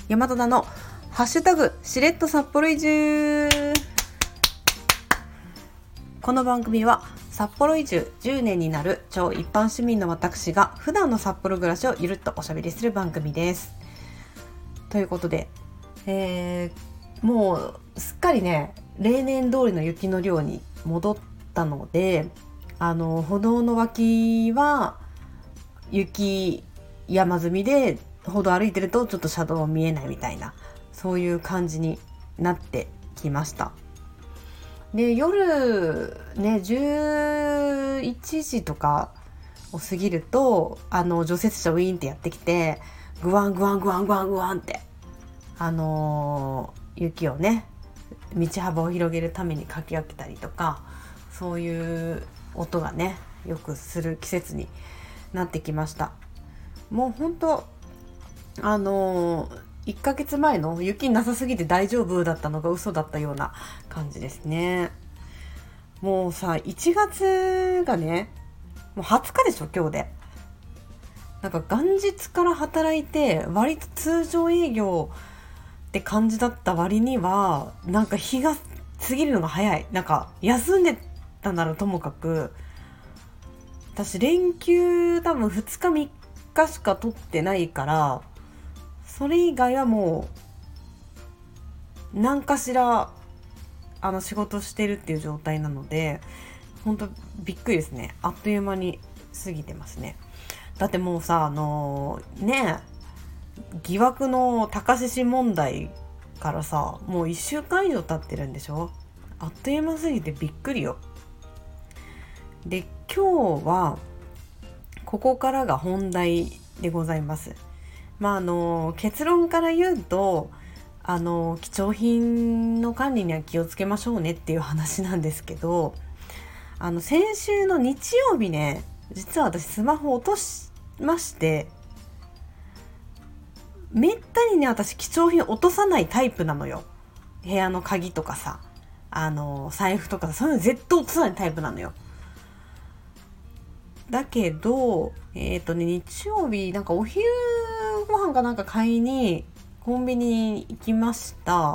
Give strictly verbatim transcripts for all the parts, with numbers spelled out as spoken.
山田のハッシュタグしれっと札幌移住。この番組は札幌移住じゅうねんになる超一般市民の私が普段の札幌暮らしをゆるっとおしゃべりする番組です。ということで、えー、もうすっかりね例年通りの雪の量に戻ったので、あの歩道の脇は雪山積みで歩道歩いてるとちょっと車道見えないみたいな、そういう感じになってきました。で夜ねじゅういちじとかを過ぎるとあの除雪車ウィーンってやってきてグワングワングワングワングワンってあのー、雪をね道幅を広げるためにかき分けたりとか、そういう音がねよくする季節になってきました。もうほんとあのー、いっかげつまえの雪なさすぎて大丈夫だったのが嘘だったような感じですね。もうさいちがつがねもうはつかでしょ今日で。なんか元日から働いて割と通常営業って感じだった割にはなんか日が過ぎるのが早い。なんか休んでたならともかく、私連休多分ふつかみっかしか取ってないから、それ以外はもう何かしらあの仕事してるっていう状態なので、本当びっくりですね。あっという間に過ぎてますね。だってもうさあのー、ね疑惑の高志氏問題からさもういっしゅうかん以上経ってるんでしょ。あっという間すぎてびっくりよ。で今日はここからが本題でございます。まああの結論から言うとあの貴重品の管理には気をつけましょうねっていう話なんですけど、あの先週の日曜日ね実は私スマホ落としまして、めったにね私貴重品落とさないタイプなのよ。部屋の鍵とかさあの財布とかさそういうの絶対落とさないタイプなのよ。だけどえっとね日曜日なんかお昼ご飯かなんか買いにコンビニに行きました。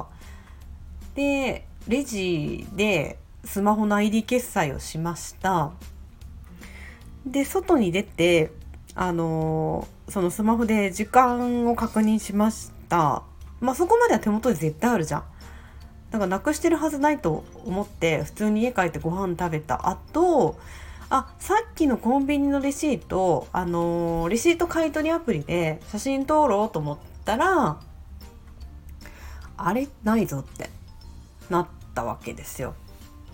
でレジでスマホの アイディー 決済をしました。で外に出てあのそのスマホで時間を確認しました。まあそこまでは手元で絶対あるじゃん。だからなくしてるはずないと思って普通に家帰ってご飯食べた後、あさっきのコンビニのレシートあのー、レシート買い取りアプリで写真撮ろうと思ったらあれないぞってなったわけですよ。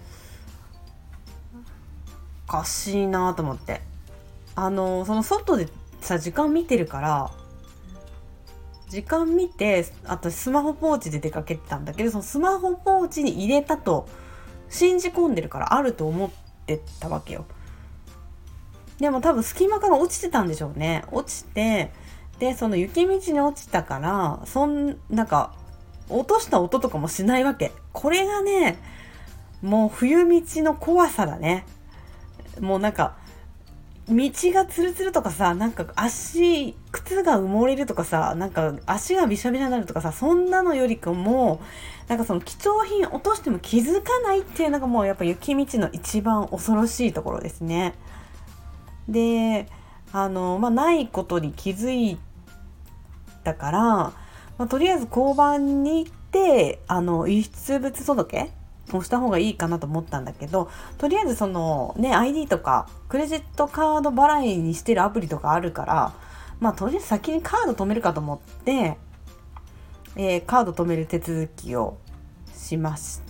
おかしいなと思って、あのー、その外でさ時間見てるから時間見て、あとスマホポーチで出かけてたんだけど、そのスマホポーチに入れたと信じ込んでるからあると思ってたわけよ。でも多分隙間から落ちてたんでしょうね。落ちてでその雪道に落ちたからそんなんか落とした音とかもしないわけ。これがねもう冬道の怖さだね。もうなんか道がツルツルとかさ、なんか足靴が埋もれるとかさ、なんか足がびしゃびしゃになるとかさ、そんなのよりかもなんかその貴重品落としても気づかないっていうのがもうやっぱ雪道の一番恐ろしいところですね。であの、まあ、ないことに気づいたから、まあ、とりあえず交番に行ってあの遺失物届をした方がいいかなと思ったんだけど、とりあえずそのね アイディー とかクレジットカード払いにしてるアプリとかあるから、まあとりあえず先にカード止めるかと思って、えー、カード止める手続きをしまして、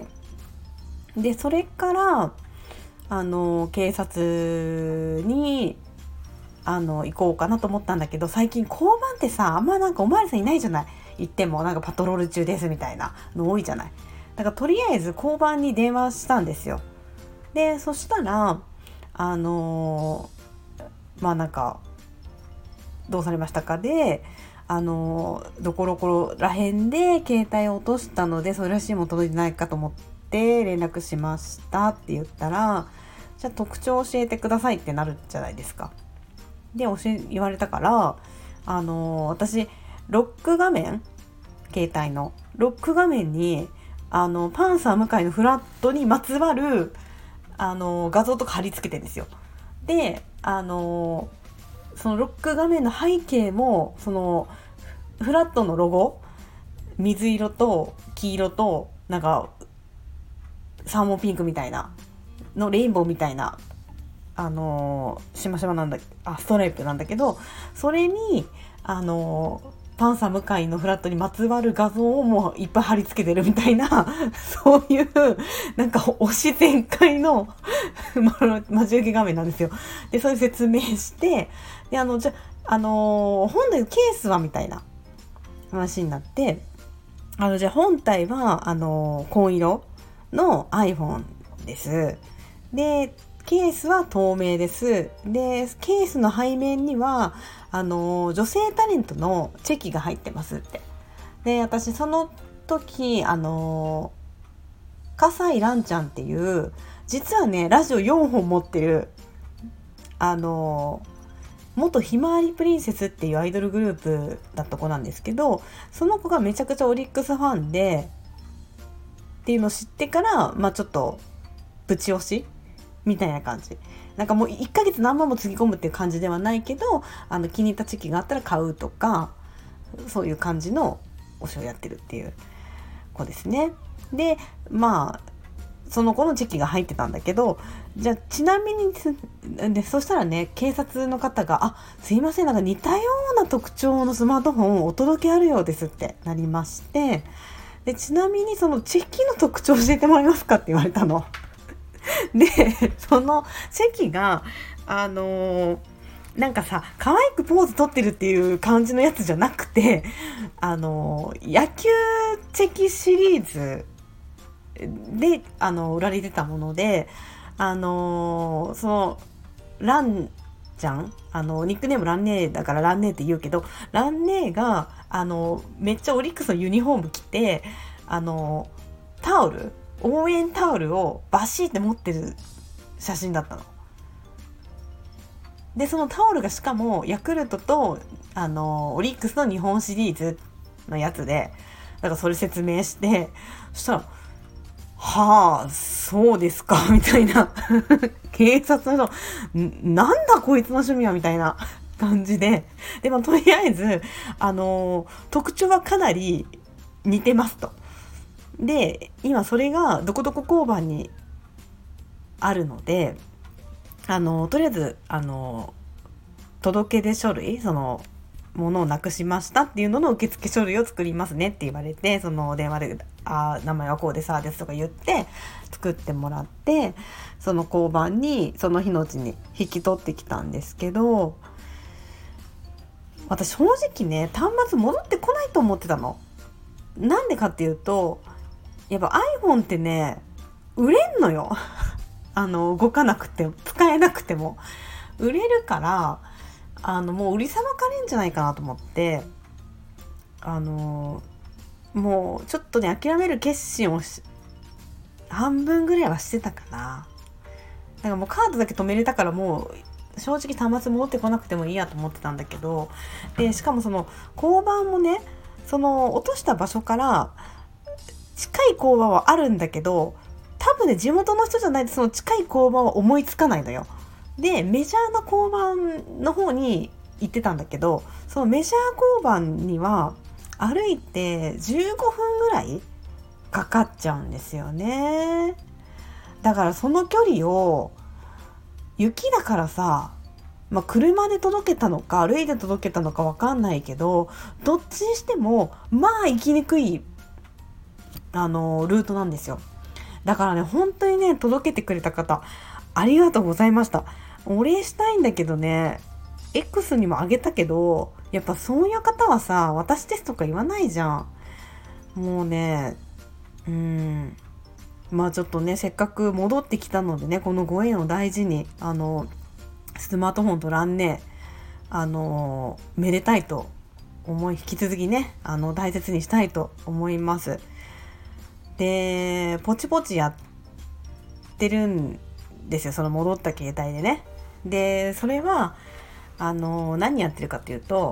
でそれからあの警察にあの行こうかなと思ったんだけど、最近交番ってさあんまなんかおまわりさんいないじゃない。行ってもなんかパトロール中ですみたいなの多いじゃない。だからとりあえず交番に電話したんですよ。でそしたらあのー、まあなんかどうされましたかで、あのー、どこどこら辺で携帯を落としたのでそれらしいも届いてないかと思って連絡しましたって言ったら、じゃあ特徴教えてくださいってなるじゃないですか。で教え言われたから、あのー、私ロック画面携帯のロック画面にあのパンサー向井のフラットにまつわるあの画像とか貼り付けてるんですよ。であのそのロック画面の背景もそのフラットのロゴ、水色と黄色となんかサーモンピンクみたいなのレインボーみたいなあのー、しましまなんだあストライプなんだけど、それにあのー、パンサー向井のフラットにまつわる画像をもういっぱい貼り付けてるみたいなそういうなんか推し全開の待ち受け画面なんですよ。でそれ説明して、であのじゃあのー、本来ケースはみたいな話になって、あのじゃあ本体はあのー、紺色の iPhone です。でケースは透明です。でケースの背面にはあの女性タレントのチェキが入ってますって。で私その時あの笠井蘭ちゃんっていう実はねラジオよんほん持ってるあの元ひまわりプリンセスっていうアイドルグループだった子なんですけど、その子がめちゃくちゃオリックスファンでっていうのを知ってから、まあちょっとぶち押しみたいな感じ、なんかもういっかげつ何万もつぎ込むっていう感じではないけど、あの気に入ったチェキがあったら買うとか、そういう感じの推しをやってるっていう子ですね。でまあその子のチェキが入ってたんだけど、じゃあちなみにでそしたらね警察の方があすいませんなんか似たような特徴のスマートフォンをお届けあるようですってなりまして、でちなみにそのチェキの特徴教えてもらえますかって言われたのでそのチェキがあのー、なんかさ可愛くポーズ取ってるっていう感じのやつじゃなくて、あのー、野球チェキシリーズであの売られてたもので、あのー、そのランちゃん、あのニックネームランネーだからランネーって言うけど、ランネーがあのめっちゃオリックスのユニフォーム着て、あのタオル応援タオルをバシーって持ってる写真だったの。でそのタオルがしかもヤクルトとあのオリックスの日本シリーズのやつで、だからそれ説明して、そしたらはあそうですかみたいな警察の人なんだこいつの趣味はみたいな感じで、でもとりあえずあの特徴はかなり似てますと。で今それがどこどこ交番にあるので、あのとりあえずあの届け出書類、そのものをなくしましたっていうのの受付書類を作りますねって言われて、その電話であ名前はこうでさあですとか言って作ってもらって、その交番にその日のうちに引き取ってきたんですけど、私正直ね端末戻ってこないと思ってたの。なんでかっていうとやっぱ iPhone ってね売れんのよあの動かなくても使えなくても売れるから、あのもう売りさばかれんじゃないかなと思って、あのもうちょっとね諦める決心をし半分ぐらいはしてたかな。だからもうカードだけ止めれたからもう正直端末戻ってこなくてもいいやと思ってたんだけど、でしかもその交番もねその落とした場所から近い交番はあるんだけど、多分ね地元の人じゃないとその近い交番は思いつかないのよ。でメジャーな交番の方に行ってたんだけど、そのメジャー交番には歩いてじゅうごふんぐらいかかっちゃうんですよね。だからその距離を雪だからさ、まあ、車で届けたのか歩いて届けたのか分かんないけど、どっちにしてもまあ行きにくいあのルートなんですよ。だからね本当にね届けてくれた方ありがとうございました。お礼したいんだけどね X にもあげたけど、やっぱそういう方はさ私ですとか言わないじゃん。もうねうーんまあちょっとねせっかく戻ってきたのでね、このご縁を大事にあのスマートフォンとランねあのめでたいと思い、引き続きねあの大切にしたいと思います。でポチポチやってるんですよ、その戻った携帯でね。でそれはあの何やってるかっていうと、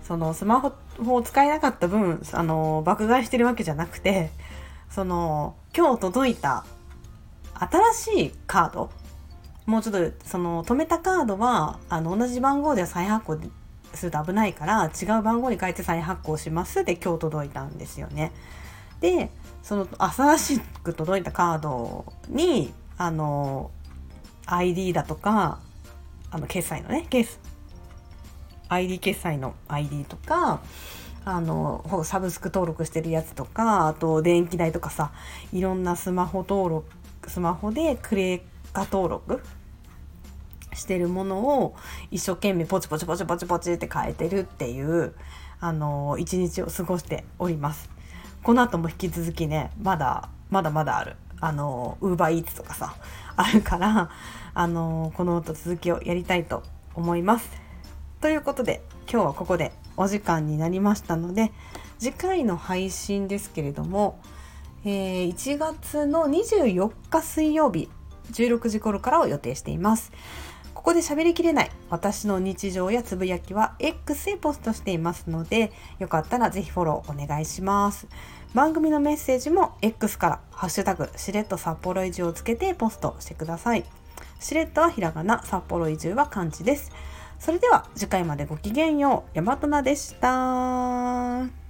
そのスマホを使えなかった分あの爆買いしてるわけじゃなくて、その今日届いた新しいカード、もうちょっとその止めたカードはあの同じ番号では再発行すると危ないから違う番号に変えて再発行しますで今日届いたんですよね。でその新しく届いたカードにあの アイディー だとかあの決済のねケース アイディー 決済の アイディー とかあのサブスク登録してるやつとか、あと電気代とかさ、いろんなスマホ登録スマホでクレカ登録してるものを一生懸命ポチポチポチポチポチって変えてるっていうあの一日を過ごしております。この後も引き続きね、まだまだまだあるあのウーバーイーツとかさあるから、あのこの後続きをやりたいと思います。ということで今日はここでお時間になりましたので、次回の配信ですけれども、えー、いちがつのにじゅうよっか水曜日じゅうろくじ頃からを予定しています。ここで喋りきれない私の日常やつぶやきは X でポストしていますので、よかったらぜひフォローお願いします。番組のメッセージも X からハッシュタグしれっと札幌移住をつけてポストしてください。しれっとはひらがな、札幌移住は漢字です。それでは次回までごきげんよう。やまとなでした。